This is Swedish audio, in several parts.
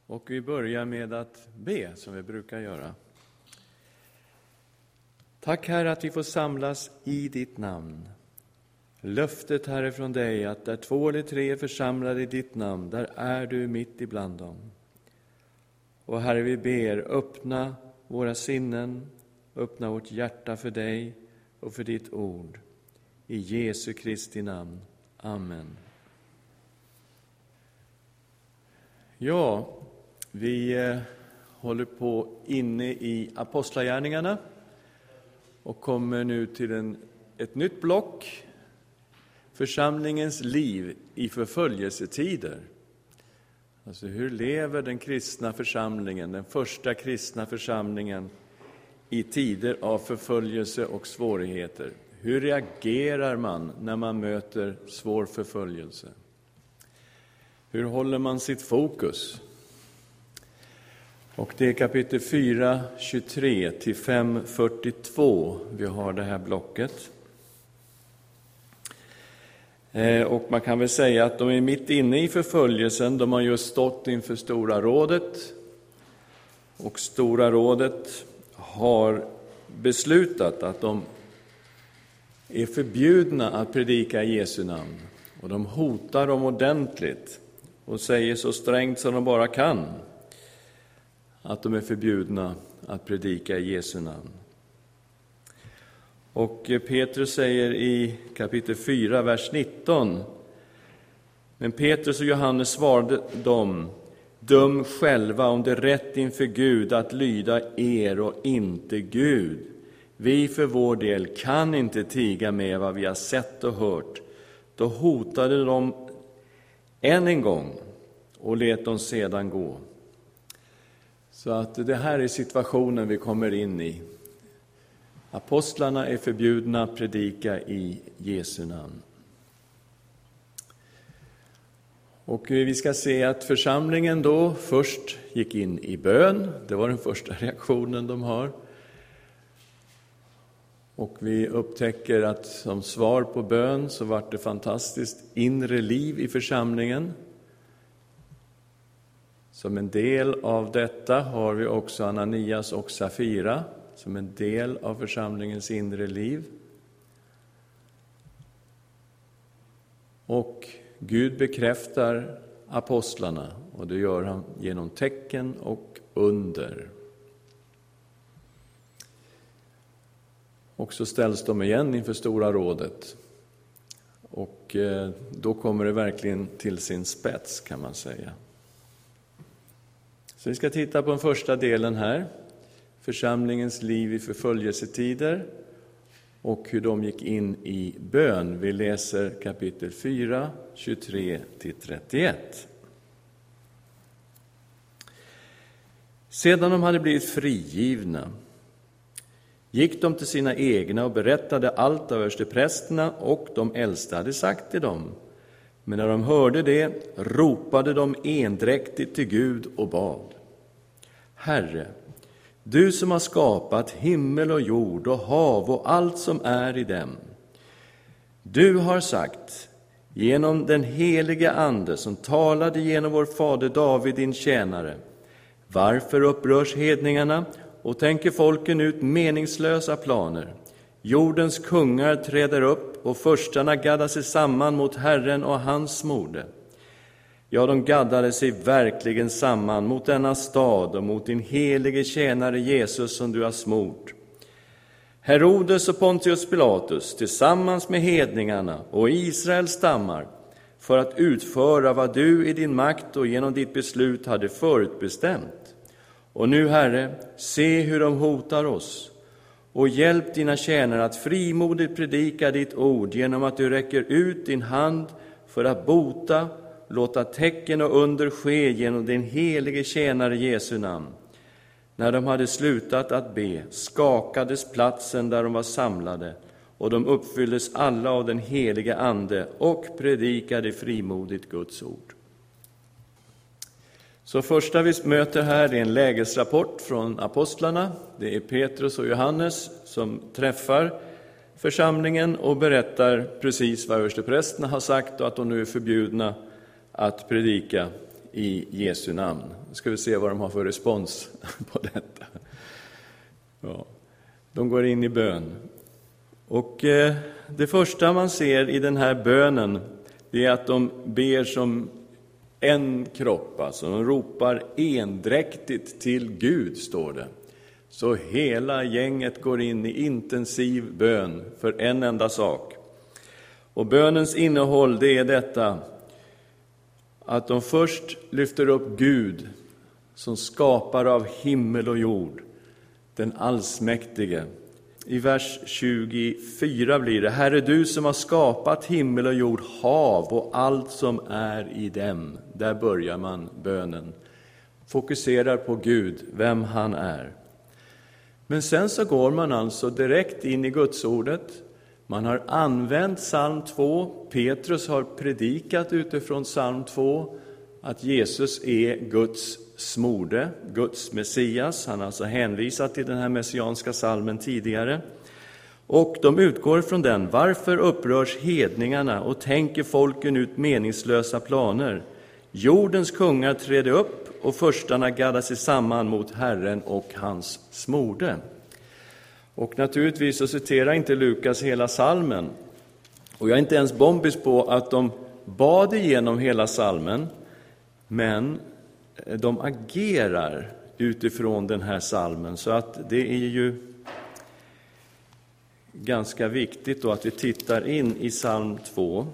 Och vi börjar med att be som vi brukar göra. Tack Herre att vi får samlas i ditt namn. Löftet Herre från dig att där 2 eller 3 är församlade i ditt namn, där är du mitt ibland dem. Och Herre, vi ber, öppna våra sinnen, öppna vårt hjärta för dig och för ditt ord. I Jesu Kristi namn. Amen. Ja, vi håller på inne i Apostlagärningarna och kommer nu till ett nytt block. Församlingens liv i förföljelsetider. Alltså hur lever den kristna församlingen, den första kristna församlingen, i tider av förföljelse och svårigheter? Hur reagerar man när man möter svår förföljelse? Hur håller man sitt fokus? Och det är kapitel 4, 23 till 5, 42 vi har det här blocket. Och man kan väl säga att de är mitt inne i förföljelsen. De har just stått inför Stora rådet. Och Stora rådet har beslutat att de är förbjudna att predika i Jesu namn. Och de hotar dem ordentligt och säger så strängt som de bara kan att de är förbjudna att predika i Jesu namn. Och Petrus säger i kapitel 4, vers 19: Men Petrus och Johannes svarade dem: Döm själva om det är rätt inför Gud att lyda er och inte Gud. Vi för vår del kan inte tiga med vad vi har sett och hört. Då hotade de än en gång och lät dem sedan gå. Så att det här är situationen vi kommer in i. Apostlarna är förbjudna att predika i Jesu namn. Och vi ska se att församlingen då först gick in i bön. Det var den första reaktionen de har. Och vi upptäcker att som svar på bön så var det fantastiskt inre liv i församlingen. Som en del av detta har vi också Ananias och Safira som en del av församlingens inre liv. Och Gud bekräftar apostlarna, och det gör han genom tecken och under. Och så ställs de igen inför Stora rådet. Och då kommer det verkligen till sin spets, kan man säga. Så vi ska titta på den första delen här. Församlingens liv i förföljelsetider och hur de gick in i bön. Vi läser kapitel 4, 23 till 31. Sedan de hade blivit frigivna gick de till sina egna och berättade allt av översteprästerna och de äldste hade sagt till dem. Men när de hörde det ropade de endräktigt till Gud och bad: Herre, du som har skapat himmel och jord och hav och allt som är i dem. Du har sagt genom den helige ande som talade genom vår fader David, din tjänare: Varför upprörs hedningarna och tänker folken ut meningslösa planer? Jordens kungar träder upp och förstarna gaddar sig samman mot Herren och hans mode. Ja, de gaddade sig verkligen samman mot denna stad och mot din helige tjänare Jesus som du har smort. Herodes och Pontius Pilatus tillsammans med hedningarna och Israels stammar för att utföra vad du i din makt och genom ditt beslut hade förutbestämt. Och nu, Herre, se hur de hotar oss. Och hjälp dina tjänare att frimodigt predika ditt ord genom att du räcker ut din hand för att bota, låta tecken och under ske genom din helige tjänare Jesu namn. När de hade slutat att be skakades platsen där de var samlade, och de uppfylldes alla av den helige ande och predikade frimodigt Guds ord. Så första vi möter här är en lägesrapport från apostlarna. Det är Petrus och Johannes som träffar församlingen och berättar precis vad översteprästerna har sagt och att de nu är förbjudna att predika i Jesu namn. Nu ska vi se vad de har för respons på detta. Ja, de går in i bön. Och det första man ser i den här bönen, det är att de ber som en kropp. Alltså de ropar endräktigt till Gud, står det. Så hela gänget går in i intensiv bön för en enda sak. Och bönens innehåll, det är detta: att de först lyfter upp Gud som skapar av himmel och jord, den allsmäktige. I vers 24 blir det: Herre, du som har skapat himmel och jord, hav och allt som är i dem. Där börjar man bönen. Fokuserar på Gud, vem han är. Men sen så går man alltså direkt in i Guds ordet. Man har använt psalm 2. Petrus har predikat utifrån psalm 2 att Jesus är Guds smorde, Guds Messias. Han har alltså hänvisat till den här messianska psalmen tidigare. Och de utgår från den. Varför upprörs hedningarna och tänker folken ut meningslösa planer? Jordens kungar trädde upp och förstarna gaddade sig samman mot Herren och hans smorde. Och naturligtvis så citerar inte Lukas hela psalmen. Och jag är inte ens bombis på att de bad igenom hela psalmen, men de agerar utifrån den här psalmen. Så att det är ju ganska viktigt då att vi tittar in i psalm 2.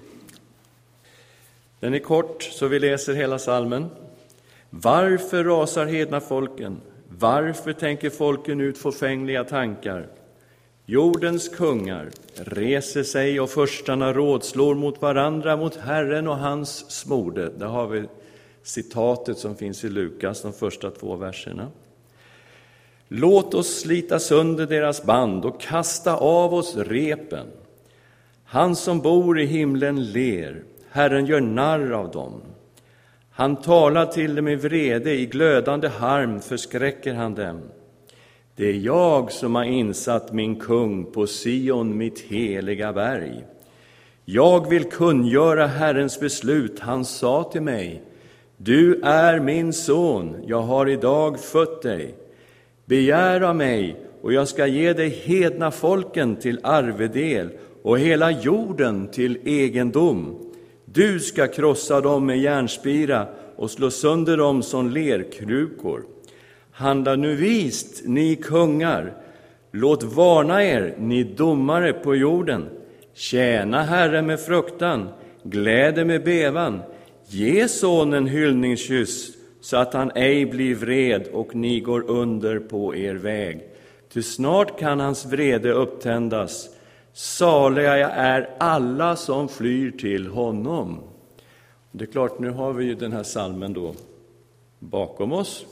Den är kort, så vi läser hela psalmen. Varför rasar hedna folken? Varför tänker folken ut förfängliga tankar? Jordens kungar reser sig och förstarna rådslår mot varandra, mot Herren och hans smorde. Där har vi citatet som finns i Lukas, de första 2 verserna. Låt oss slita sönder deras band och kasta av oss repen. Han som bor i himlen ler, Herren gör narr av dem. Han talar till dem i vrede, i glödande harm förskräcker han dem. Det är jag som har insatt min kung på Sion, mitt heliga berg. Jag vill kungöra Herrens beslut. Han sa till mig: du är min son, jag har idag fött dig. Begär av mig, och jag ska ge dig hedna folken till arvedel och hela jorden till egendom. Du ska krossa dem med järnspira och slå sönder dem som lerkrukor. Handla nu vist, ni kungar. Låt varna er, ni domare på jorden. Tjäna Herren med fruktan, glädje med bevan. Ge sonen hyllningskyss, så att han ej blir vred och ni går under på er väg. Ty snart kan hans vrede upptändas. Saliga är alla som flyr till honom. Det är klart, nu har vi ju den här psalmen då bakom oss.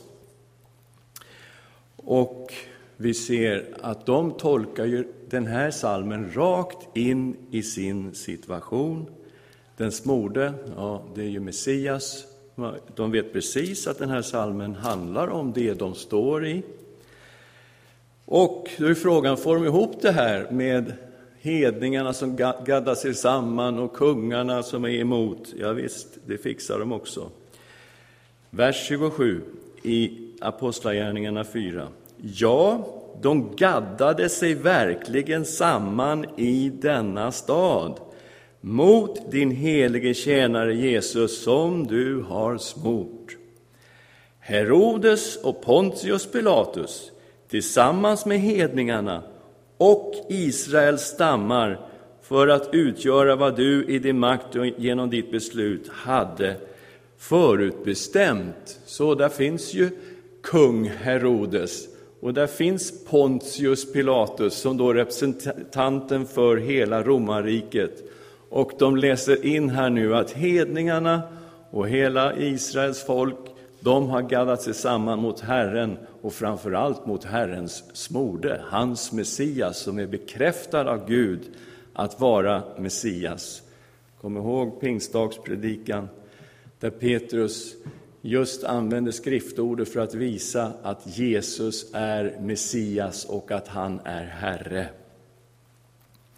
Och vi ser att de tolkar ju den här psalmen rakt in i sin situation. Den smorde, ja, det är ju Messias. De vet precis att den här psalmen handlar om det de står i. Och då är frågan, får de ihop det här med hedningarna som gaddar sig samman och kungarna som är emot? Ja visst, det fixar de också. Vers 27 i Apostlagärningarna 4. Ja, de gaddade sig verkligen samman i denna stad mot din helige tjänare Jesus som du har smort. Herodes och Pontius Pilatus tillsammans med hedningarna och Israels stammar för att utgöra vad du i din makt och genom ditt beslut hade förutbestämt. Så där finns ju kung Herodes och där finns Pontius Pilatus som då representanten för hela romarriket. Och de läser in här nu att hedningarna och hela Israels folk, de har gaddat sig samman mot Herren och framförallt mot Herrens smorde, hans Messias som är bekräftad av Gud att vara Messias. Kom ihåg pingstdagspredikan där Petrus just använder skriftordet för att visa att Jesus är Messias och att han är Herre.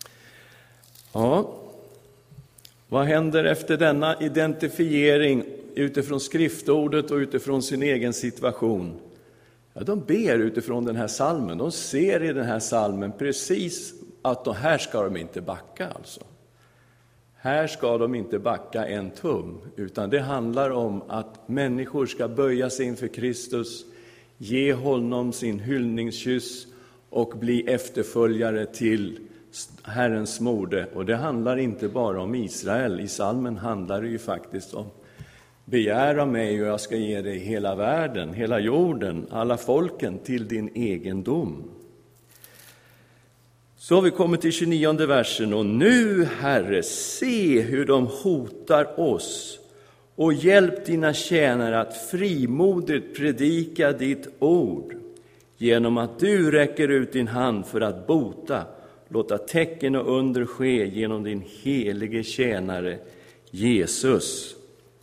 Ja, vad händer efter denna identifiering utifrån skriftordet och utifrån sin egen situation. Ja, de ber utifrån den här salmen. De ser i den här salmen precis att här ska de inte backa alltså. Här ska de inte backa en tum, utan det handlar om att människor ska böja sig inför Kristus, ge honom sin hyllningskyss och bli efterföljare till Herrens mode. Och det handlar inte bara om Israel. I salmen handlar det ju faktiskt om: begär av mig och jag ska ge dig hela världen, hela jorden, alla folken till din egendom. Så har vi kommit till 29:e versen. Och nu, Herre, se hur de hotar oss, och hjälp dina tjänare att frimodigt predika ditt ord, genom att du räcker ut din hand för att bota. Låta tecken och under ske genom din helige tjänare Jesus.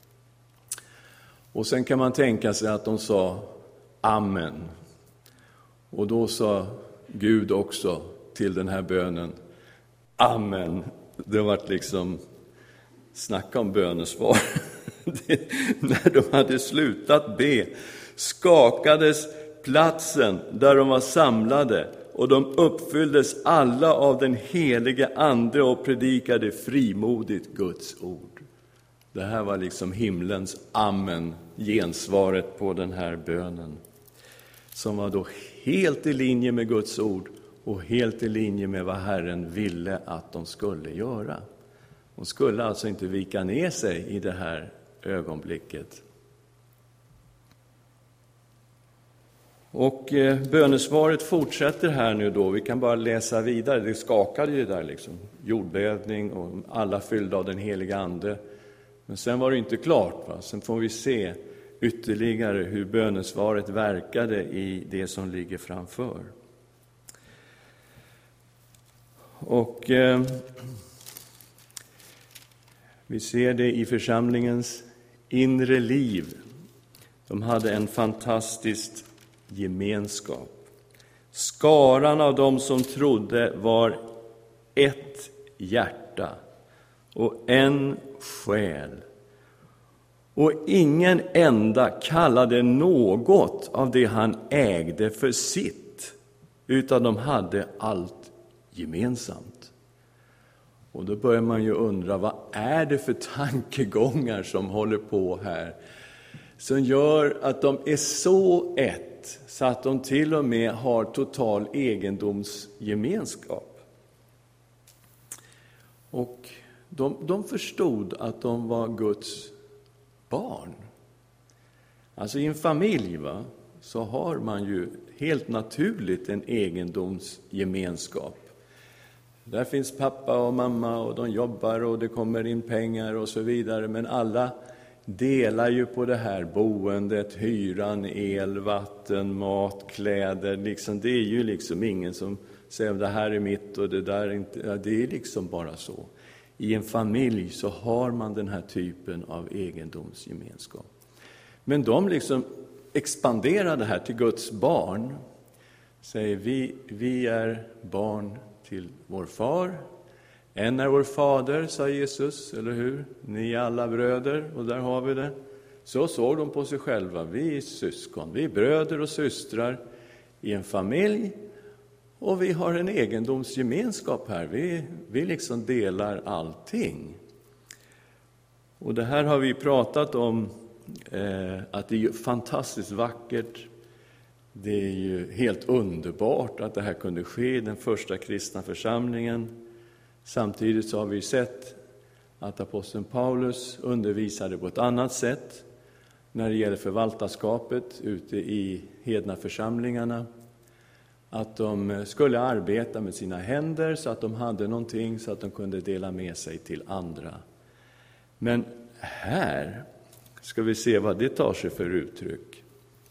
Och sen kan man tänka sig att de sa amen. Och då sa Gud också till den här bönen amen. Det var liksom snacka om bönesvar. När de hade slutat be skakades platsen där de var samlade, och de uppfylldes alla av den helige ande och predikade frimodigt Guds ord. Det här var liksom himlens amen, gensvaret på den här bönen, som var då helt i linje med Guds ord och helt i linje med vad Herren ville att de skulle göra. De skulle alltså inte vika ner sig i det här ögonblicket. Och bönesvaret fortsätter här nu då. Vi kan bara läsa vidare. Det skakade ju där liksom. Jordbävning och alla fyllda av den heliga ande. Men sen var det inte klart. Va? Sen får vi se ytterligare hur bönesvaret verkade i det som ligger framför. Och vi ser det i församlingens inre liv. De hade en fantastisk gemenskap. Skaran av dem som trodde var ett hjärta och en själ. Och ingen enda kallade något av det han ägde för sitt, utan de hade allt gemensamt. Och då börjar man ju undra, vad är det för tankegångar som håller på här, som gör att de är så ett, så att de till och med har total egendomsgemenskap. Och de förstod att de var Guds barn. Alltså i en familj så har man ju helt naturligt en egendomsgemenskap. Där finns pappa och mamma och de jobbar och det kommer in pengar och så vidare. Men alla delar ju på det här boendet, hyran, el, vatten, mat, kläder. Liksom, det är ju liksom ingen som säger det här är mitt och det där är inte. Ja, det är liksom bara så. I en familj så har man den här typen av egendomsgemenskap. Men de liksom expanderar det här till Guds barn. Säger vi är barn till vår far. En är vår fader, sa Jesus, eller hur? Ni är alla bröder, och där har vi det. Så såg de på sig själva. Vi är syskon, vi är bröder och systrar i en familj. Och vi har en egendomsgemenskap här. Vi liksom delar allting. Och det här har vi pratat om, att det är fantastiskt vackert. Det är ju helt underbart att det här kunde ske i den första kristna församlingen. Samtidigt så har vi sett att aposteln Paulus undervisade på ett annat sätt när det gäller förvaltarskapet ute i hedna församlingarna. Att de skulle arbeta med sina händer så att de hade någonting så att de kunde dela med sig till andra. Men här ska vi se vad det tar sig för uttryck.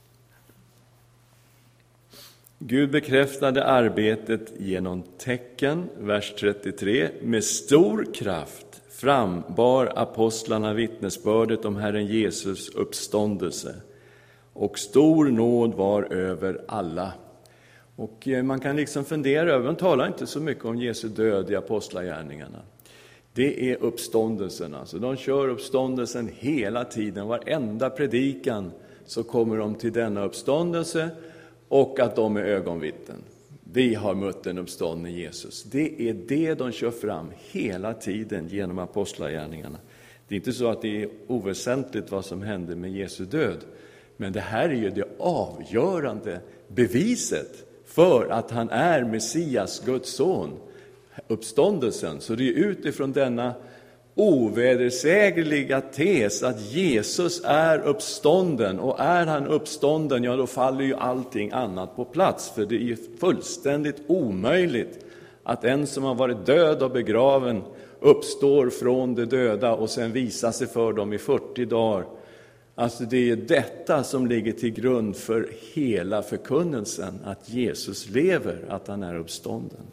Gud bekräftade arbetet genom tecken, vers 33. Med stor kraft frambar apostlarna vittnesbördet om Herren Jesus uppståndelse. Och stor nåd var över alla. Och man kan liksom fundera över, man talar inte så mycket om Jesu död i apostlagärningarna. Det är uppståndelsen. Alltså de kör uppståndelsen hela tiden. Varenda predikan så kommer de till denna uppståndelse och att de är ögonvittnen. Vi har mött en uppstånden Jesus. Det är det de kör fram hela tiden genom apostlagärningarna. Det är inte så att det är oväsentligt vad som hände med Jesu död. Men det här är ju det avgörande beviset för att han är Messias, Guds son, uppståndelsen. Så det är utifrån denna ovedersägliga tes att Jesus är uppstånden. Och är han uppstånden, ja då faller ju allting annat på plats. För det är ju fullständigt omöjligt att en som har varit död och begraven uppstår från de döda och sen visar sig för dem i 40 dagar. Alltså det är detta som ligger till grund för hela förkunnelsen, att Jesus lever, att han är uppstånden.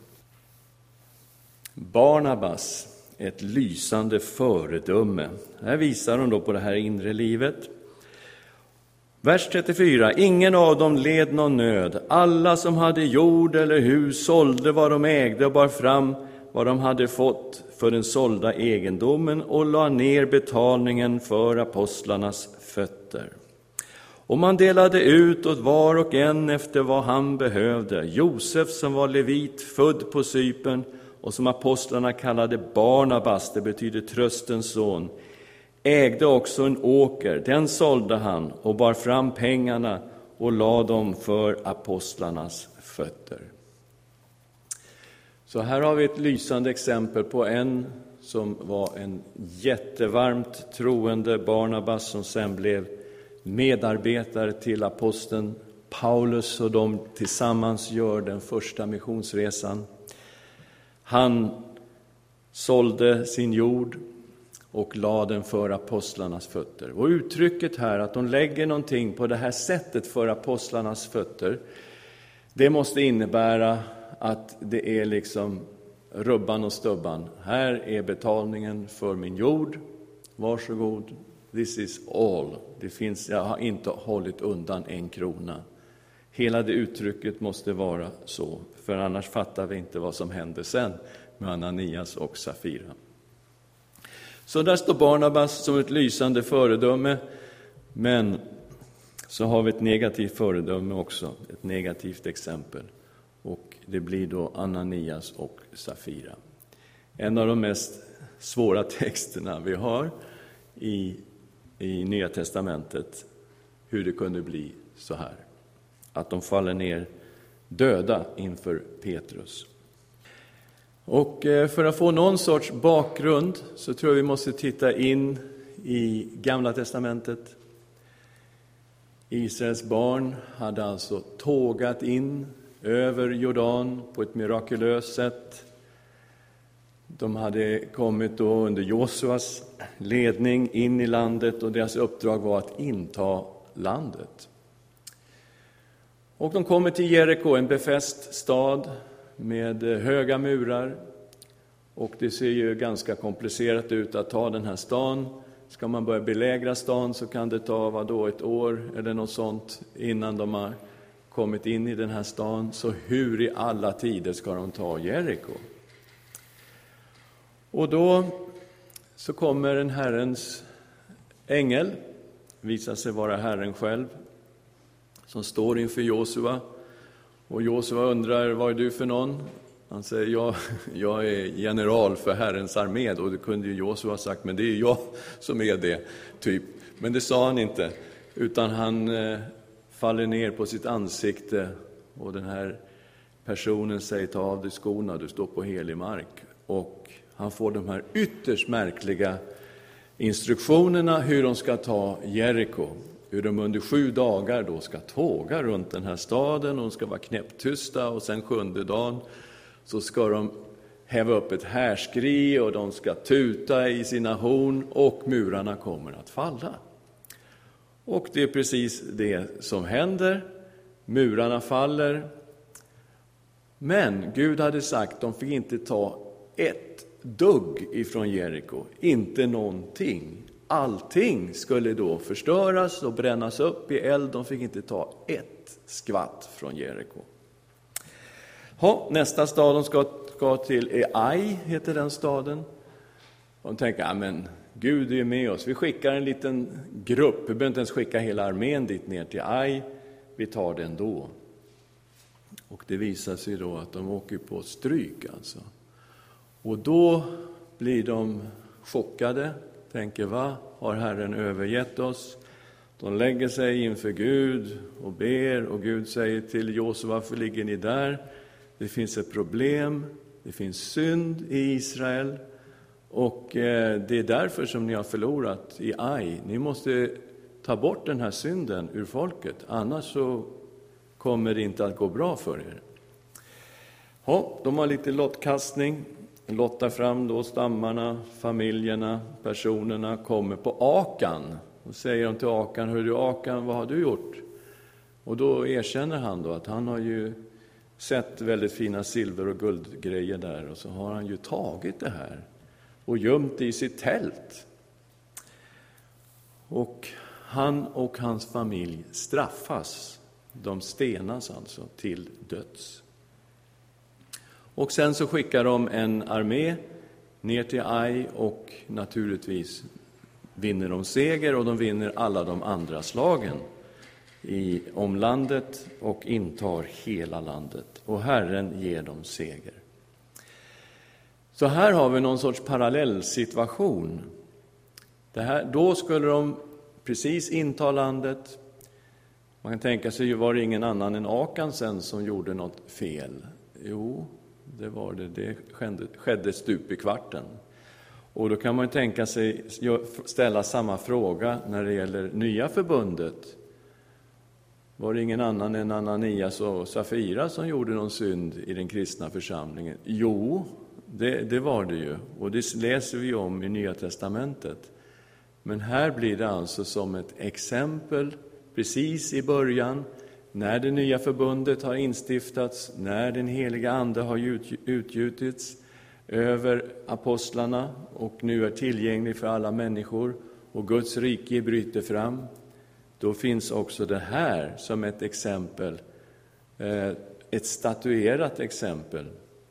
Barnabas, ett lysande föredöme. Här visar de då på det här inre livet. Vers 34. Ingen av dem led någon nöd. Alla som hade jord eller hus sålde vad de ägde och bar fram vad de hade fått för den sålda egendomen och la ner betalningen för apostlarnas fötter. Och man delade ut åt var och en efter vad han behövde. Josef, som var levit, född på Cypern och som apostlarna kallade Barnabas, det betyder tröstens son, ägde också en åker. Den sålde han och bar fram pengarna och la dem för apostlarnas fötter. Så här har vi ett lysande exempel på en som var en jättevarmt troende, Barnabas, som sen blev medarbetare till aposteln Paulus, och de tillsammans gör den första missionsresan. Han sålde sin jord och la den för apostlarnas fötter. Och uttrycket här, att de lägger någonting på det här sättet för apostlarnas fötter, det måste innebära att det är liksom rubban och stubban. Här är betalningen för min jord. Varsågod. This is all. Jag har inte hållit undan en krona. Hela det uttrycket måste vara så. För annars fattar vi inte vad som hände sen med Ananias och Safira. Så där står Barnabas som ett lysande föredöme. Men så har vi ett negativt föredöme också. Ett negativt exempel. Och det blir då Ananias och Safira. En av de mest svåra texterna vi har i Nya testamentet. Hur det kunde bli så här. Att de faller ner döda inför Petrus. Och för att få någon sorts bakgrund så tror jag vi måste titta in i Gamla testamentet. Israels barn hade alltså tågat in över Jordan på ett mirakulöst sätt. De hade kommit då under Josuas ledning in i landet och deras uppdrag var att inta landet. Och de kommer till Jeriko, en befäst stad med höga murar. Och det ser ju ganska komplicerat ut att ta den här stan. Ska man börja belägra stan så kan det ta ett år eller något sånt innan de har kommit in i den här stan. Så hur i alla tider ska de ta Jeriko? Och då så kommer en Herrens ängel, visar sig vara Herren själv, som står inför Josua. Och Josua undrar, vad är du för någon? Han säger, jag är general för Herrens armé. Och det kunde ju Josua ha sagt, men det är jag som är det, typ. Men det sa han inte, utan han faller ner på sitt ansikte. Och den här personen säger, ta av dig skorna, du står på helig mark. Och han får de här ytterst märkliga instruktionerna hur de ska ta Jeriko. Hur de under 7 dagar då ska tåga runt den här staden och de ska vara knäpptysta. Och sen 7:e dagen så ska de häva upp ett härskri och de ska tuta i sina horn och murarna kommer att falla. Och det är precis det som händer. Murarna faller. Men Gud hade sagt att de fick inte ta ett dugg ifrån Jeriko. Inte någonting. Allting skulle då förstöras och brännas upp i eld. De fick inte ta ett skvatt från Jeriko. Nästa stad de ska till är Ai, heter den staden. De tänker, ja men Gud är med oss. Vi skickar en liten grupp. Vi behöver inte ens skicka hela armén dit ner till Ai. Vi tar det ändå. Och det visar sig då att de åker på stryk alltså. Och då blir de chockade. Tänker, va? Har Herren övergett oss? De lägger sig inför Gud och ber. Och Gud säger till Josua, varför ligger ni där? Det finns ett problem. Det finns synd i Israel. Och det är därför som ni har förlorat i Ai. Ni måste ta bort den här synden ur folket. Annars så kommer det inte att gå bra för er. Ja, de har lite lottkastning. Lottar fram då stammarna, familjerna, personerna kommer på Akan. Och säger de till Akan, hör du Akan, vad har du gjort? Och då erkänner han då att han har ju sett väldigt fina silver- och guldgrejer där. Och så har han ju tagit det här och gömt det i sitt tält. Och han och hans familj straffas. De stenas alltså till döds. Och sen så skickar de en armé ner till Ai och naturligtvis vinner de seger och de vinner alla de andra slagen om landet och intar hela landet. Och Herren ger dem seger. Så här har vi någon sorts parallellsituation. Då skulle de precis inta landet. Man kan tänka sig, var det ingen annan än Akan sen som gjorde något fel? Jo, det var det. Det skedde stup i kvarten. Och då kan man tänka sig ställa samma fråga när det gäller nya förbundet. Var det ingen annan än Ananias och Safira som gjorde någon synd i den kristna församlingen? Jo, det var det ju. Och det läser vi om i Nya testamentet. Men här blir det alltså som ett exempel precis i början, när det nya förbundet har instiftats, när den heliga ande har utgjutits över apostlarna och nu är tillgänglig för alla människor och Guds rike bryter fram. Då finns också det här som ett exempel, ett statuerat exempel.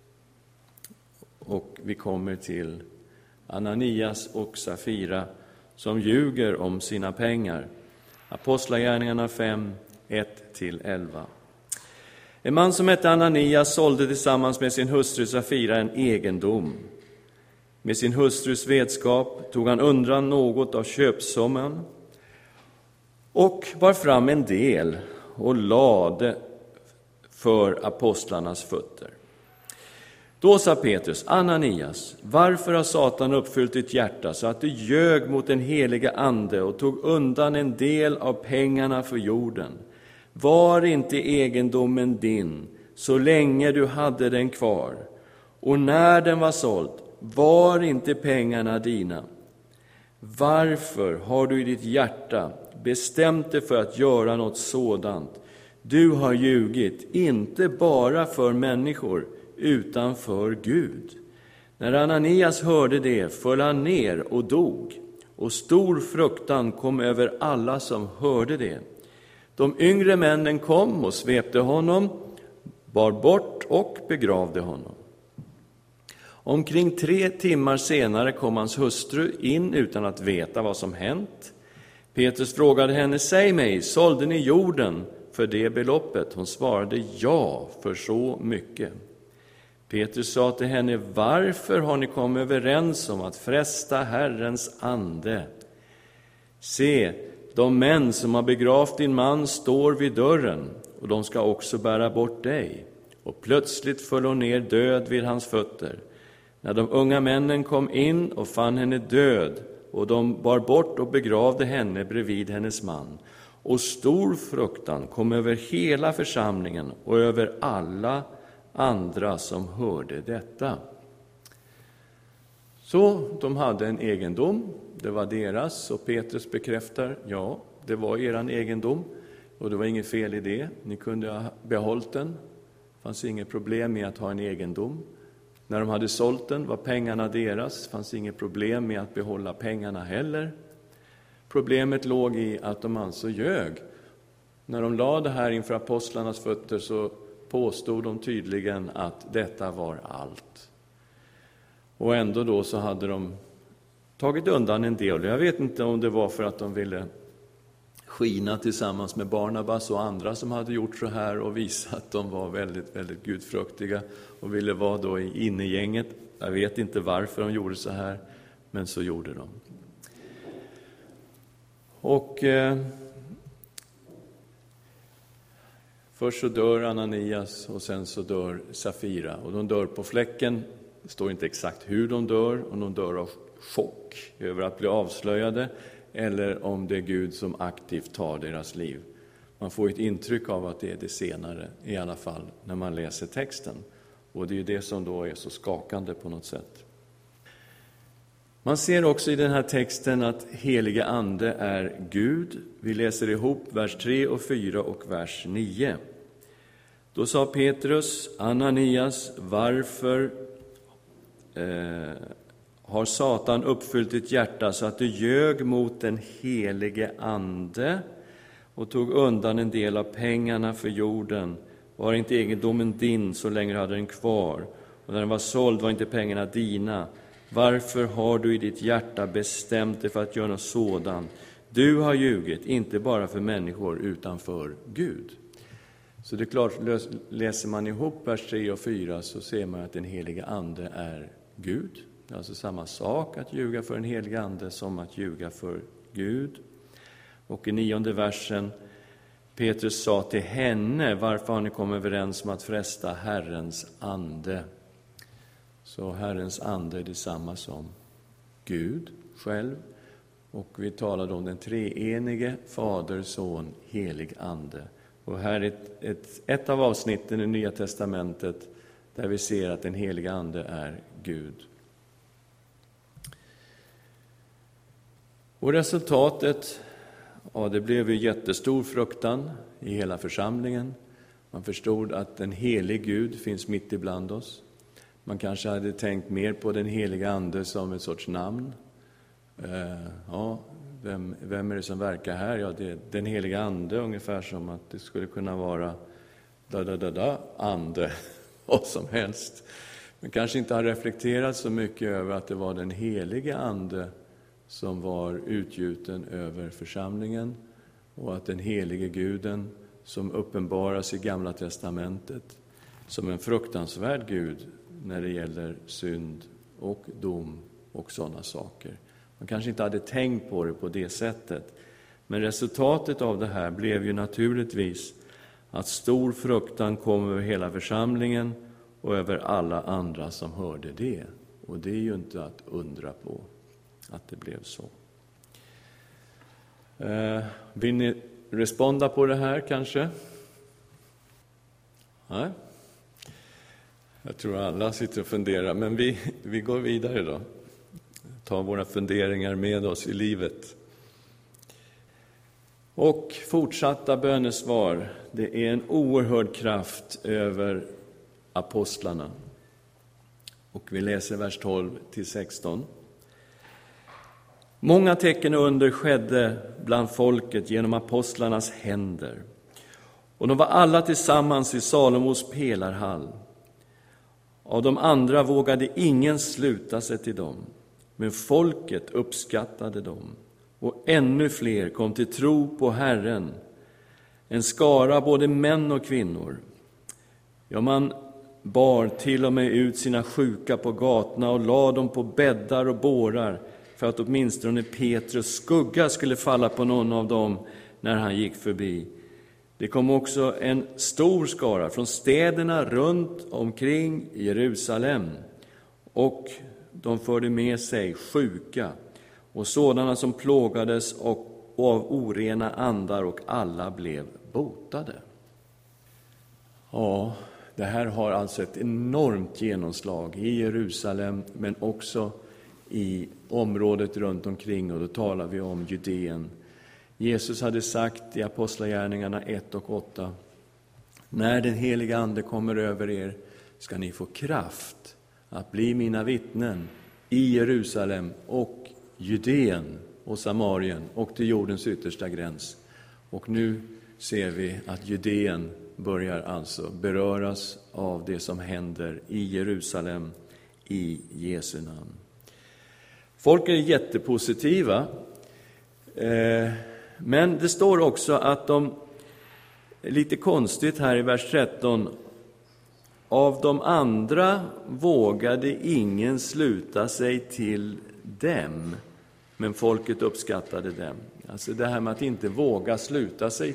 Och vi kommer till Ananias och Safira som ljuger om sina pengar. Apostlagärningarna 5, 1-11. En man som hette Ananias sålde tillsammans med sin hustru Safira en egendom. Med sin hustrus vetskap tog han undan något av köpsumman och bar fram en del och lade för apostlarnas fötter. Då sa Petrus, Ananias, varför har Satan uppfyllt ditt hjärta så att du ljög mot den heliga ande och tog undan en del av pengarna för jorden? Var inte egendomen din så länge du hade den kvar? Och när den var såld, var inte pengarna dina? Varför har du i ditt hjärta bestämt dig för att göra något sådant? Du har ljugit, inte bara för människor, utan för Gud. När Ananias hörde det föll han ner och dog, och stor fruktan kom över alla som hörde det. De yngre männen kom och svepte honom, bar bort och begravde honom. Omkring 3 timmar senare kom hans hustru in utan att veta vad som hänt. Petrus frågade henne, säg mig, sålde ni jorden för det beloppet? Hon svarade, ja, för så mycket. Petrus sa till henne, varför har ni kommit överens om att fresta Herrens ande? Se, de män som har begravt din man står vid dörren, och de ska också bära bort dig. Och plötsligt föll hon ner död vid hans fötter. När de unga männen kom in och fann henne död, och de bar bort och begravde henne bredvid hennes man. Och stor fruktan kom över hela församlingen och över alla andra som hörde detta. Så de hade en egendom, det var deras, och Petrus bekräftar, ja, det var eran egendom och det var inget fel i det. Ni kunde ha behållit den, det fanns inget problem med att ha en egendom. När de hade sålt den var pengarna deras, det fanns inget problem med att behålla pengarna heller. Problemet låg i att de alltså ljög. När de lade det här inför apostlarnas fötter så påstod de tydligen att detta var allt. Och ändå då så hade de tagit undan en del. Jag vet inte om det var för att de ville skina tillsammans med Barnabas och andra som hade gjort så här och visa att de var väldigt, väldigt gudfruktiga och ville vara då i innegänget. Jag vet inte varför de gjorde så här, men så gjorde de. Och först så dör Ananias och sen så dör Safira. Och de dör på fläcken. Det står inte exakt hur de dör, om de dör av chock över att bli avslöjade eller om det är Gud som aktivt tar deras liv. Man får ett intryck av att det är det senare, i alla fall när man läser texten. Och det är ju det som då är så skakande på något sätt. Man ser också i den här texten att heliga ande är Gud. Vi läser ihop vers 3 och 4 och vers 9. Då sa Petrus, Ananias, varför har Satan uppfyllt ditt hjärta så att du ljög mot den helige ande och tog undan en del av pengarna för jorden? Var inte egendomen din så länge du hade den kvar? Och när den var såld var inte pengarna dina. Varför har du i ditt hjärta bestämt dig för att göra något sådant? Du har ljugit, inte bara för människor utan för Gud. Så det är klart, läser man ihop vers 3 och 4 så ser man att den heliga ande är Gud. Det är alltså samma sak att ljuga för en helig ande som att ljuga för Gud. Och i 9:e versen, Petrus sa till henne, varför har ni kommit överens om att fresta Herrens ande? Så Herrens ande är detsamma som Gud själv. Och vi talade om den treenige Fader, Son, helig ande. Och här är ett av avsnitten i Nya testamentet där vi ser att den heliga ande är Gud. Och resultatet, det blev ju jättestor fruktan i hela församlingen. Man förstod att en helig Gud finns mitt ibland oss. Man kanske hade tänkt mer på den heliga ande som ett sorts namn. Vem är det som verkar här? Ja, det är den heliga ande, ungefär som att det skulle kunna vara ande, vad som helst. Men kanske inte har reflekterat så mycket över att det var den heliga ande som var utgjuten över församlingen och att den helige Guden som uppenbaras i Gamla testamentet som en fruktansvärd Gud när det gäller synd och dom och sådana saker. Man kanske inte hade tänkt på det på det sättet. Men resultatet av det här blev ju naturligtvis att stor fruktan kom över hela församlingen och över alla andra som hörde det. Och det är ju inte att undra på att det blev så. Vill ni responda på det här kanske? Nej? Jag tror alla sitter och funderar, men vi går vidare då. Ta våra funderingar med oss i livet. Och fortsatta bönesvar. Det är en oerhörd kraft över apostlarna. Och vi läser vers 12-16. Många tecken och under skedde bland folket genom apostlarnas händer. Och de var alla tillsammans i Salomos pelarhall. Av de andra vågade ingen sluta sig till dem. Men folket uppskattade dem. Och ännu fler kom till tro på Herren. En skara både män och kvinnor. Ja, man bar till och med ut sina sjuka på gatorna och la dem på bäddar och bårar för att åtminstone Petrus skugga skulle falla på någon av dem när han gick förbi. Det kom också en stor skara från städerna runt omkring Jerusalem, och de förde med sig sjuka och sådana som plågades och av orena andar, och alla blev botade. Ja, det här har alltså ett enormt genomslag i Jerusalem, men också i området runt omkring, och då talar vi om Judeen. Jesus hade sagt i Apostlagärningarna 1 och 8: när den heliga ande kommer över er ska ni få kraft att bli mina vittnen i Jerusalem och Judeen och Samarien och till jordens yttersta gräns. Och nu ser vi att Judeen börjar alltså beröras av det som händer i Jerusalem i Jesu namn. Folk är jättepositiva. Men det står också att de, lite konstigt här i vers 13, av de andra vågade ingen sluta sig till dem, men folket uppskattade dem. Alltså det här med att inte våga sluta sig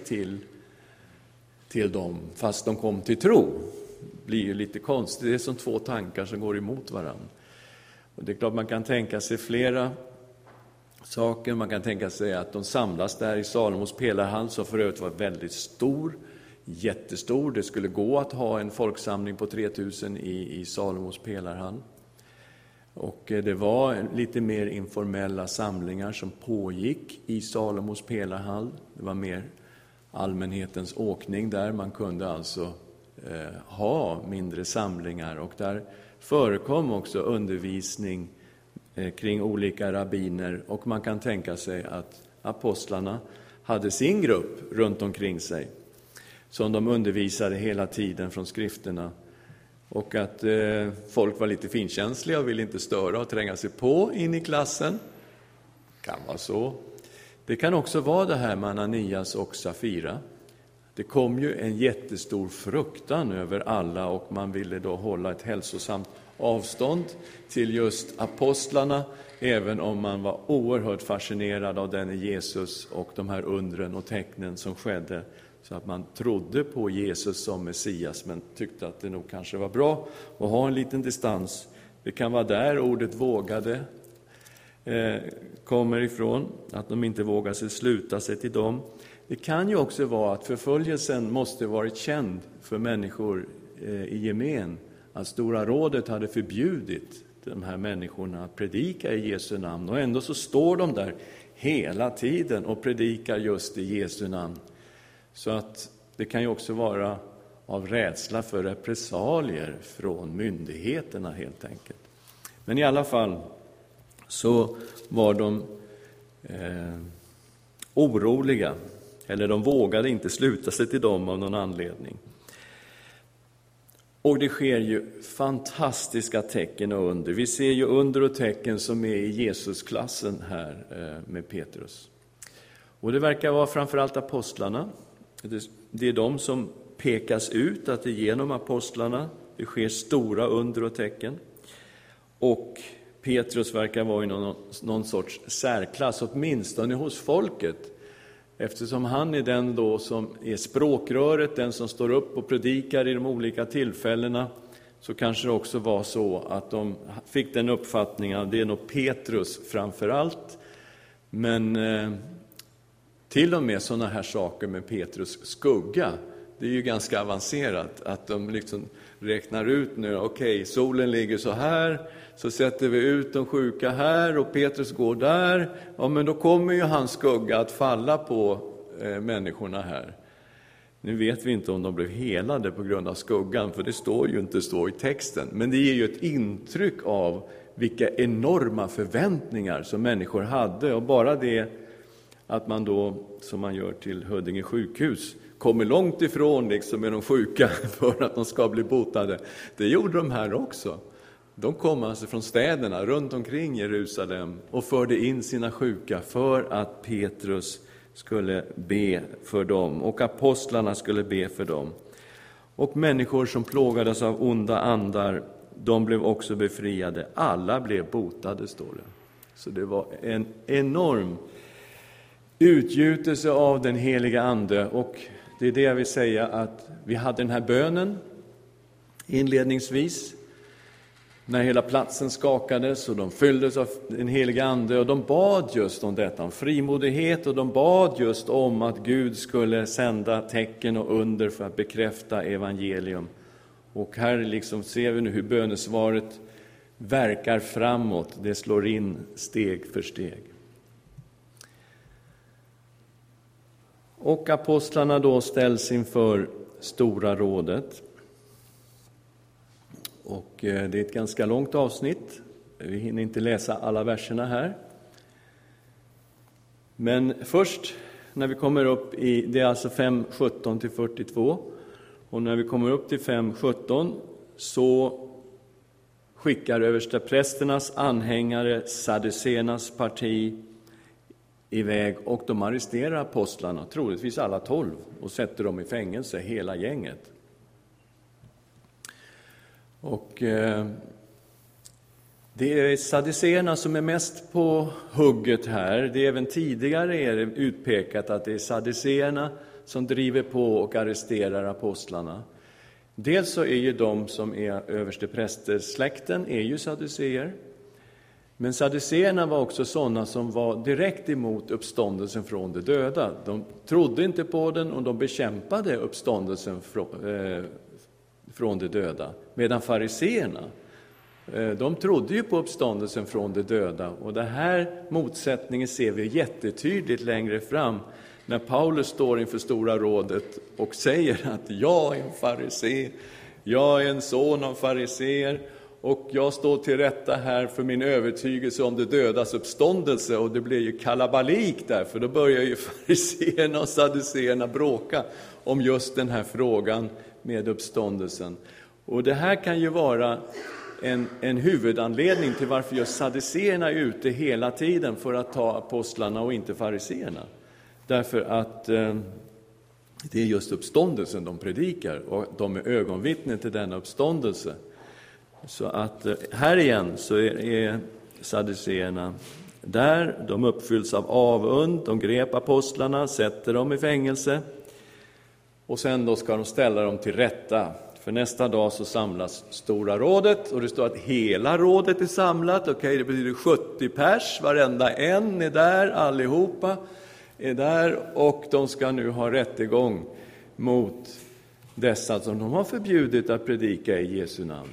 till dem fast de kom till tro blir ju lite konstigt. Det är som två tankar som går emot varandra. Och det är klart man kan tänka sig flera saker. Man kan tänka sig att de samlas där i Salomos pelarhall, som för övrigt var väldigt stor, jättestor. Det skulle gå att ha en folksamling på 3000 i Salomos pelarhall. Och det var lite mer informella samlingar som pågick i Salomos pelarhall. Det var mer allmänhetens åkning där. Man kunde alltså ha mindre samlingar, och där förekom också undervisning kring olika rabbiner, och man kan tänka sig att apostlarna hade sin grupp runt omkring sig som de undervisade hela tiden från skrifterna, och att folk var lite finkänsliga och ville inte störa och tränga sig på in i klassen. Kan vara så. Det kan också vara det här med Ananias och Safira. Det kom ju en jättestor fruktan över alla, och man ville då hålla ett hälsosamt avstånd till just apostlarna, även om man var oerhört fascinerad av den Jesus och de här undren och tecknen som skedde, så att man trodde på Jesus som Messias, men tyckte att det nog kanske var bra att ha en liten distans. Det kan vara där ordet vågade kommer ifrån, att de inte vågar sig sluta sig till dem. Det kan ju också vara att förföljelsen måste varit känd för människor i gemen, att Stora rådet hade förbjudit de här människorna att predika i Jesu namn, och ändå så står de där hela tiden och predikar just i Jesu namn. Så att det kan ju också vara av rädsla för repressalier från myndigheterna helt enkelt. Men i alla fall så var de oroliga, eller de vågade inte sluta sig till dem av någon anledning. Och det sker ju fantastiska tecken och under. Vi ser ju under och tecken som är i Jesusklassen här med Petrus. Och det verkar vara framförallt apostlarna. Det är de som pekas ut, att det genom apostlarna det sker stora under och tecken. Och Petrus verkar vara i någon sorts särklass, åtminstone hos folket. Eftersom han är den då som är språkröret, den som står upp och predikar i de olika tillfällena, så kanske det också var så att de fick den uppfattningen att det är nog Petrus framför allt. Men till och med sådana här saker med Petrus skugga, det är ju ganska avancerat, att de liksom räknar ut nu, okej, solen ligger så här, så sätter vi ut de sjuka här och Petrus går där, ja men då kommer ju hans skugga att falla på människorna här. Nu vet vi inte om de blev helade på grund av skuggan, för det står ju inte så i texten, men det ger ju ett intryck av vilka enorma förväntningar som människor hade, och bara det att man då, som man gör till Huddinge sjukhus, kommer långt ifrån liksom med de sjuka för att de ska bli botade. Det gjorde de här också. De kom alltså från städerna runt omkring Jerusalem och förde in sina sjuka för att Petrus skulle be för dem och apostlarna skulle be för dem. Och människor som plågades av onda andar, de blev också befriade. Alla blev botade, står det. Så det var en enorm utgjutelse av den heliga ande, och det är det jag vill säga, att vi hade den här bönen inledningsvis när hela platsen skakades och de fylldes av den heliga ande, och de bad just om detta, om frimodighet, och de bad just om att Gud skulle sända tecken och under för att bekräfta evangelium. Och här liksom ser vi nu hur bönesvaret verkar framåt, det slår in steg för steg. Och apostlarna då ställs inför Stora rådet. Och det är ett ganska långt avsnitt. Vi hinner inte läsa alla verserna här. Men först när vi kommer upp i, det är alltså 5:17-42. Och när vi kommer upp till 5:17 så skickar översteprästernas anhängare, sadduceernas parti, iväg och de arresterar apostlarna, troligtvis alla 12, och sätter dem i fängelse, hela gänget. Och det är sadduceerna som är mest på hugget här. Det är även tidigare är det utpekat att det är sadduceerna som driver på och arresterar apostlarna. Dels så är ju de som är översteprästersläkten är ju sadduceer. Men sadduceerna var också sådana som var direkt emot uppståndelsen från de döda. De trodde inte på den och de bekämpade uppståndelsen från de döda. Medan fariseerna, de trodde ju på uppståndelsen från de döda. Och det här motsättningen ser vi jättetydligt längre fram. När Paulus står inför Stora rådet och säger att jag är en farisé, jag är en son av fariseer och jag står till rätta här för min övertygelse om det dödas uppståndelse. Och det blir ju kalabalik där, för då börjar ju fariseerna och sadduceerna bråka om just den här frågan med uppståndelsen. Och det här kan ju vara en huvudanledning till varför just sadduceerna är ute hela tiden för att ta apostlarna och inte fariseerna. Därför att det är just uppståndelsen de predikar och de är ögonvittnen till denna uppståndelse. Så att här igen så är sadduceerna där, de uppfylls av avund, de grep apostlarna, sätter dem i fängelse och sen då ska de ställa dem till rätta. För nästa dag så samlas Stora rådet och det står att hela rådet är samlat. Okej, det betyder 70 pers, varenda en är där, allihopa är där och de ska nu ha rättegång mot dessa som de har förbjudit att predika i Jesu namn.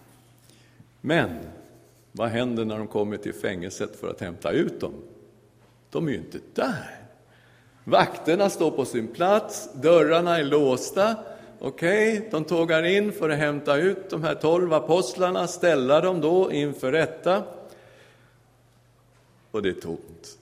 Men vad händer när de kommer till fängelset för att hämta ut dem? De är ju inte där. Vakterna står på sin plats, dörrarna är låsta. Okej, de tågar in för att hämta ut de här 12 apostlarna, ställa dem då inför rätta. Och det är tomt.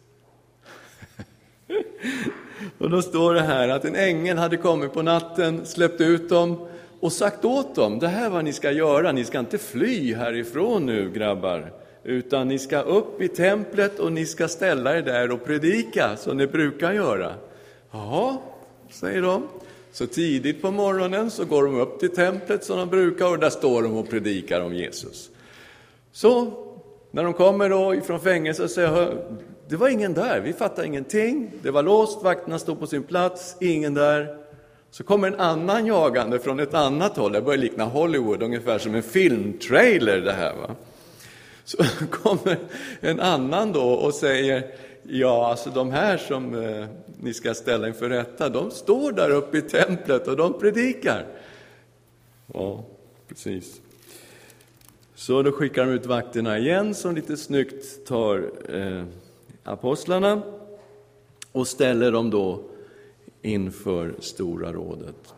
Och då står det här att en ängel hade kommit på natten, släppt ut dem och sagt åt dem, det här är vad ni ska göra, ni ska inte fly härifrån nu grabbar, utan ni ska upp i templet och ni ska ställa er där och predika som ni brukar göra. Ja, säger de. Så tidigt på morgonen så går de upp till templet som de brukar och där står de och predikar om Jesus. Så när de kommer då ifrån fängelset så säger det var ingen där, vi fattar ingenting. Det var låst, vakterna stod på sin plats, ingen där. Så kommer en annan jagande från ett annat håll. Det börjar likna Hollywood, ungefär som en filmtrailer det här va. Så kommer en annan då och säger, ja alltså de här som ni ska ställa inför rätta, de står där uppe i templet och de predikar. Ja, precis. Så då skickar de ut vakterna igen som lite snyggt tar apostlarna och ställer dem då inför Stora rådet.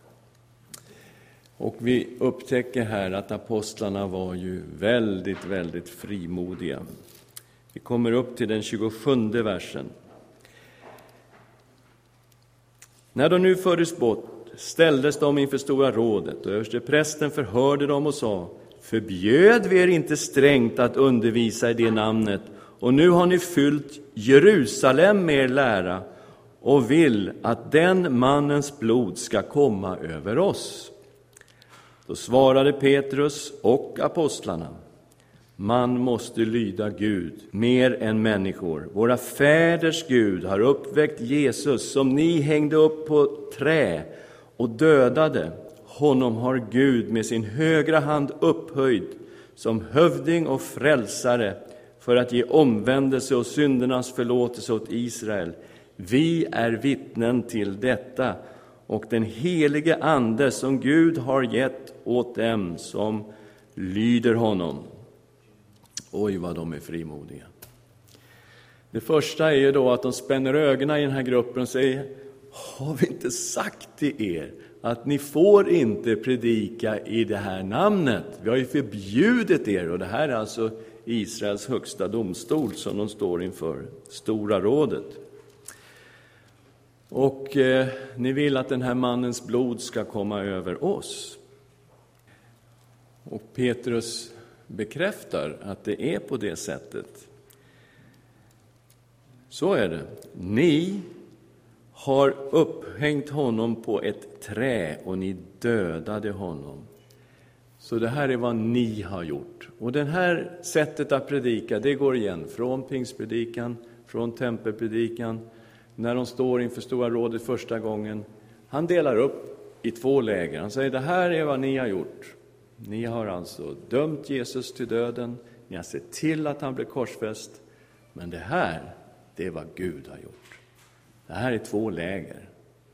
Och vi upptäcker här att apostlarna var ju väldigt, väldigt frimodiga. Vi kommer upp till den 27:e versen. När de nu fördes bort ställdes de inför Stora rådet och översteprästen förhörde dem och sa, förbjöd vi er inte strängt att undervisa i det namnet, och nu har ni fyllt Jerusalem med er lära och vill att den mannens blod ska komma över oss. Då svarade Petrus och apostlarna, man måste lyda Gud mer än människor. Våra fäders Gud har uppväckt Jesus som ni hängde upp på trä och dödade. Honom har Gud med sin högra hand upphöjd som hövding och frälsare för att ge omvändelse och syndernas förlåtelse åt Israel. Vi är vittnen till detta, och den helige ande som Gud har gett åt dem som lyder honom. Oj, vad de är frimodiga. Det första är ju då att de spänner ögonen i den här gruppen och säger, har vi inte sagt till er att ni får inte predika i det här namnet? Vi har ju förbjudit er, och det här är alltså Israels högsta domstol som de står inför, Stora rådet. Och ni vill att den här mannens blod ska komma över oss. Och Petrus bekräftar att det är på det sättet. Så är det. Ni har upphängt honom på ett trä och ni dödade honom. Så det här är vad ni har gjort. Och det här sättet att predika, det går igen från pingstpredikan, från tempelpredikan. När de står inför Stora rådet första gången, han delar upp i 2 läger. Han säger, det här är vad ni har gjort. Ni har alltså dömt Jesus till döden. Ni har sett till att han blev korsfäst. Men det här, det är vad Gud har gjort. Det här är 2 läger.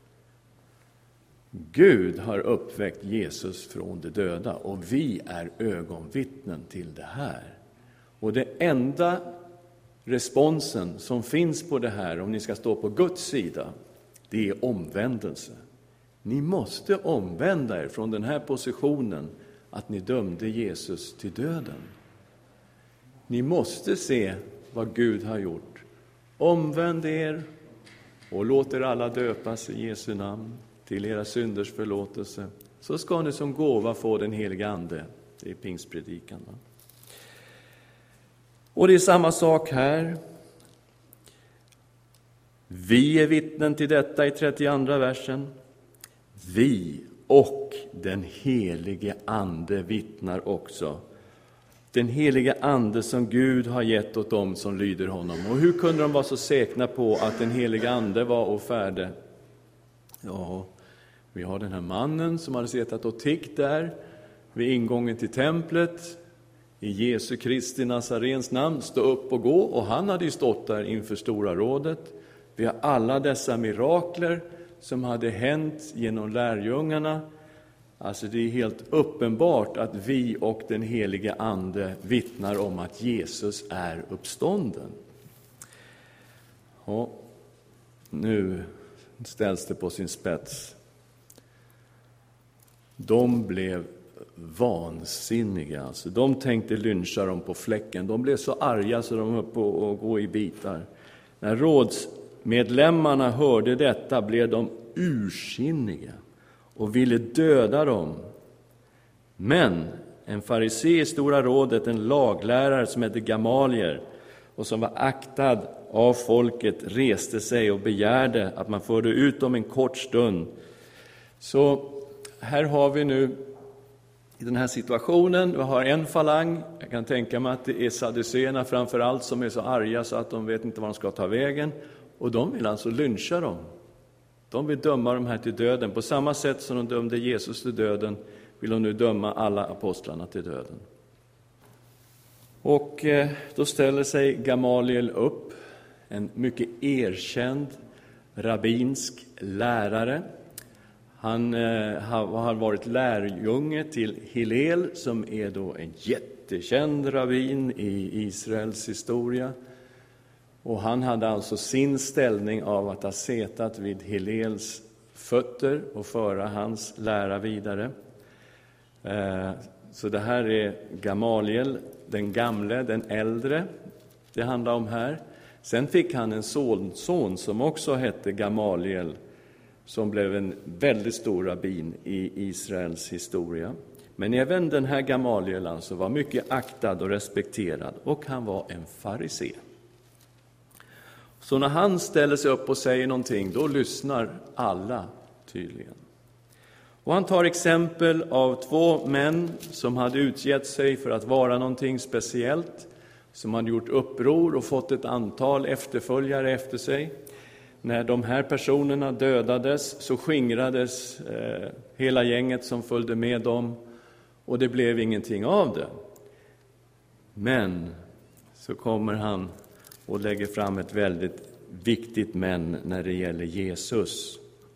Gud har uppväckt Jesus från de döda och vi är ögonvittnen till det här. Och det enda responsen som finns på det här, om ni ska stå på Guds sida, det är omvändelse. Ni måste omvända er från den här positionen att ni dömde Jesus till döden. Ni måste se vad Gud har gjort. Omvänd er och låt er alla döpas i Jesu namn till era synders förlåtelse. Så ska ni som gåva få den heliga ande. Det är pingstpredikan. Och det är samma sak här. Vi är vittnen till detta i 32 versen. Vi och den helige ande vittnar också. Den helige ande som Gud har gett åt dem som lyder honom. Och hur kunde de vara så säkra på att den helige ande var ofärdig? Ja, vi har den här mannen som hade suttit och tiggt där vid ingången till templet. I Jesu Kristi Nazarens namn, stå upp och gå. Och han hade ju stått där inför Stora rådet. Vi har alla dessa mirakler som hade hänt genom lärjungarna. Alltså det är helt uppenbart att vi och den helige ande vittnar om att Jesus är uppstånden. Ja, nu ställs det på sin spets. De blev vansinniga. Alltså, de tänkte lyncha dem på fläcken. De blev så arga så de höll på att gå i bitar. När rådsmedlemmarna hörde detta blev de ursinniga och ville döda dem. Men en farisé i Stora rådet, en laglärare som hette Gamaliel och som var aktad av folket, reste sig och begärde att man förde ut dem en kort stund. Så här har vi nu i den här situationen, vi har en falang. Jag kan tänka mig att det är sadduceerna framför allt som är så arga så att de vet inte var de ska ta vägen. Och de vill alltså lyncha dem. De vill döma dem här till döden. På samma sätt som de dömde Jesus till döden vill de nu döma alla apostlarna till döden. Och då ställer sig Gamaliel upp, en mycket erkänd rabbinsk lärare. Han har varit lärjunge till Hillel som är då en jättekänd rabbin i Israels historia. Och han hade alltså sin ställning av att ha setat vid Hillels fötter och föra hans lära vidare. Så det här är Gamaliel, den gamle, den äldre, det handlar om här. Sen fick han en son som också hette Gamaliel, som blev en väldigt stor rabbin i Israels historia. Men även den här Gamaliel alltså var mycket aktad och respekterad, och han var en farisé. Så när han ställer sig upp och säger någonting, då lyssnar alla tydligen. Och han tar exempel av 2 män som hade utgett sig för att vara någonting speciellt, som hade gjort uppror och fått ett antal efterföljare efter sig. När de här personerna dödades så skingrades hela gänget som följde med dem, och det blev ingenting av det. Men så kommer han och lägger fram ett väldigt viktigt men när det gäller Jesus.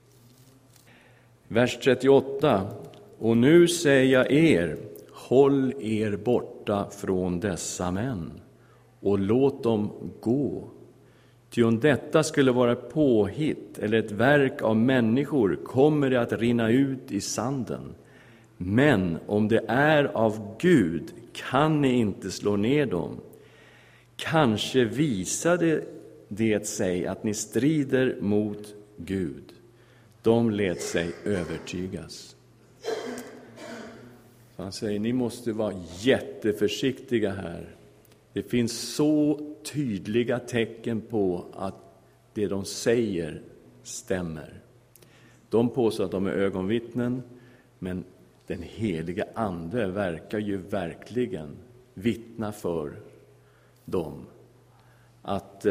Vers 38. Och nu säger jag er, håll er borta från dessa män och låt dem gå. Ty om detta skulle vara påhitt eller ett verk av människor kommer det att rinna ut i sanden. Men om det är av Gud kan ni inte slå ner dem. Kanske visade det sig att ni strider mot Gud. De lät sig övertygas. Så han säger, ni måste vara jätteförsiktiga här. Det finns så tydliga tecken på att det de säger stämmer. De påstår att de är ögonvittnen, men den heliga ande verkar ju verkligen vittna för dem att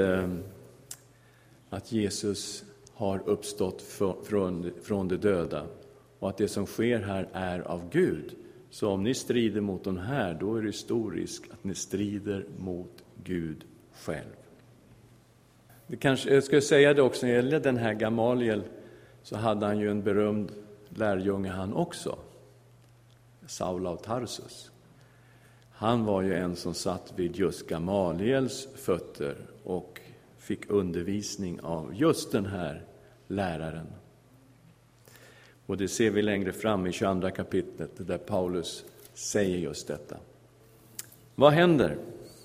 Jesus har uppstått från de döda och att det som sker här är av Gud. Så om ni strider mot den här, då är det stor risk att ni strider mot Gud själv. Jag ska säga det också, när det gäller den här Gamaliel, så hade han ju en berömd lärjunge han också, Saul av Tarsus. Han var ju en som satt vid just Gamaliels fötter och fick undervisning av just den här läraren. Och det ser vi längre fram i 22 kapitlet där Paulus säger just detta. Vad händer?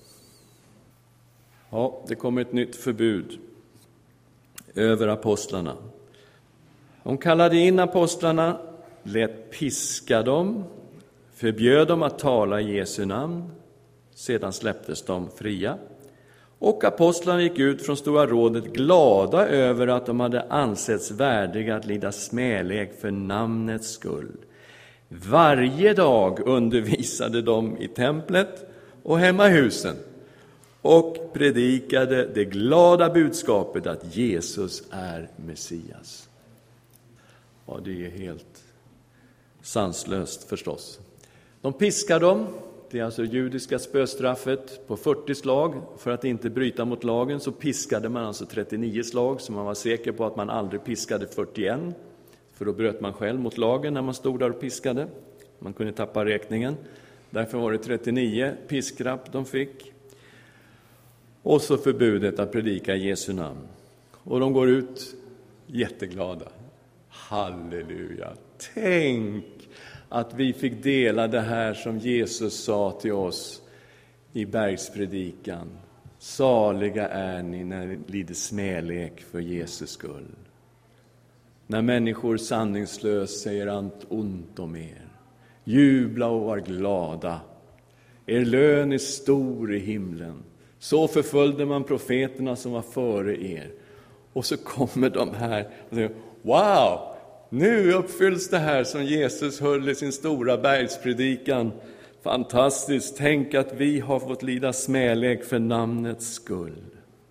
Ja, det kommer ett nytt förbud över apostlarna. De kallade in apostlarna, lät piska dem, förbjöd dem att tala i Jesu namn. Sedan släpptes de fria. Och apostlarna gick ut från Stora rådet glada över att de hade ansetts värdiga att lida smälek för namnets skull. Varje dag undervisade de i templet och hemma i husen och predikade det glada budskapet att Jesus är Messias. Ja, det är helt sanslöst förstås. De piskade dem. Det är alltså judiska spöstraffet på 40 slag. För att inte bryta mot lagen så piskade man alltså 39 slag. Så man var säker på att man aldrig piskade 41. För då bröt man själv mot lagen när man stod där och piskade. Man kunde tappa räkningen. Därför var det 39 piskrapp de fick. Och så förbudet att predika i Jesu namn. Och de går ut jätteglada. Halleluja! Tänk att vi fick dela det här som Jesus sa till oss i bergspredikan. Saliga är ni när ni lider smälek för Jesus skull. När människor sanningslöst säger allt ont om er. Jubla och var glada. Er lön är stor i himlen. Så förföljde man profeterna som var före er. Och så kommer de här och säger, wow! Nu uppfylls det här som Jesus höll i sin stora bergspredikan. Fantastiskt, tänk att vi har fått lida smälek för namnets skull.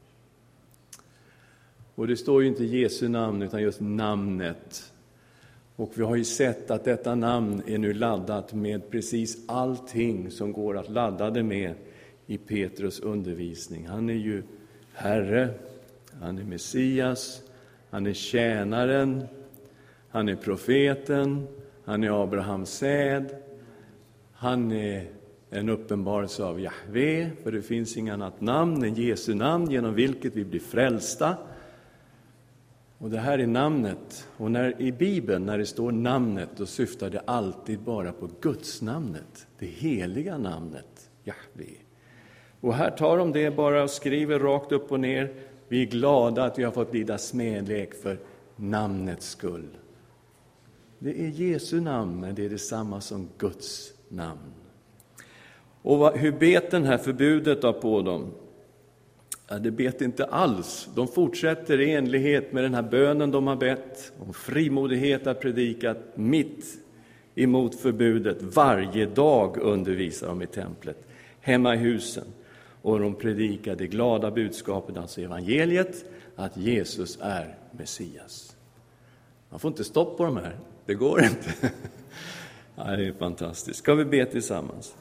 Och det står ju inte Jesu namn utan just namnet. Och vi har ju sett att detta namn är nu laddat med precis allting som går att ladda det med i Petrus undervisning. Han är ju Herre, han är Messias, han är tjänaren, han är profeten, han är Abrahams säd, han är en uppenbarelse av Jahve, för det finns inget annat namn än Jesu namn genom vilket vi blir frälsta. Och det här är namnet. Och i Bibeln, när det står namnet, då syftar det alltid bara på Guds namnet, det heliga namnet, Jahve. Och här tar de det bara och skriver rakt upp och ner. Vi är glada att vi har fått lida smälek för namnets skull. Det är Jesu namn, men det är detsamma som Guds namn. Och hur bet den här förbudet då på dem? Ja, det bet inte alls. De fortsätter i enlighet med den här bönen de har bett om frimodighet att predika mitt emot förbudet. Varje dag undervisar de i templet, hemma i husen. Och de predikar det glada budskapet, alltså evangeliet, att Jesus är Messias. Man får inte stopp på de här. Det går inte. Ja, det är fantastiskt. Ska vi be tillsammans?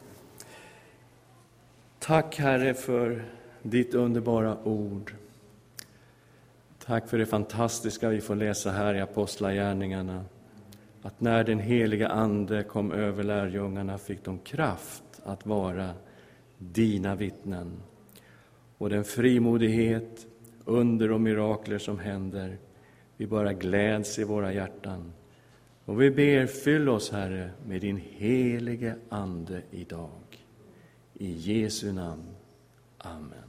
Tack Herre för ditt underbara ord. Tack för det fantastiska vi får läsa här i Apostlagärningarna. Att när den heliga ande kom över lärjungarna fick de kraft att vara dina vittnen. Och den frimodighet, under och mirakler som händer, vi bara gläds i våra hjärtan. Och vi ber, fyll oss Herre med din helige ande idag. I Jesu namn. Amen.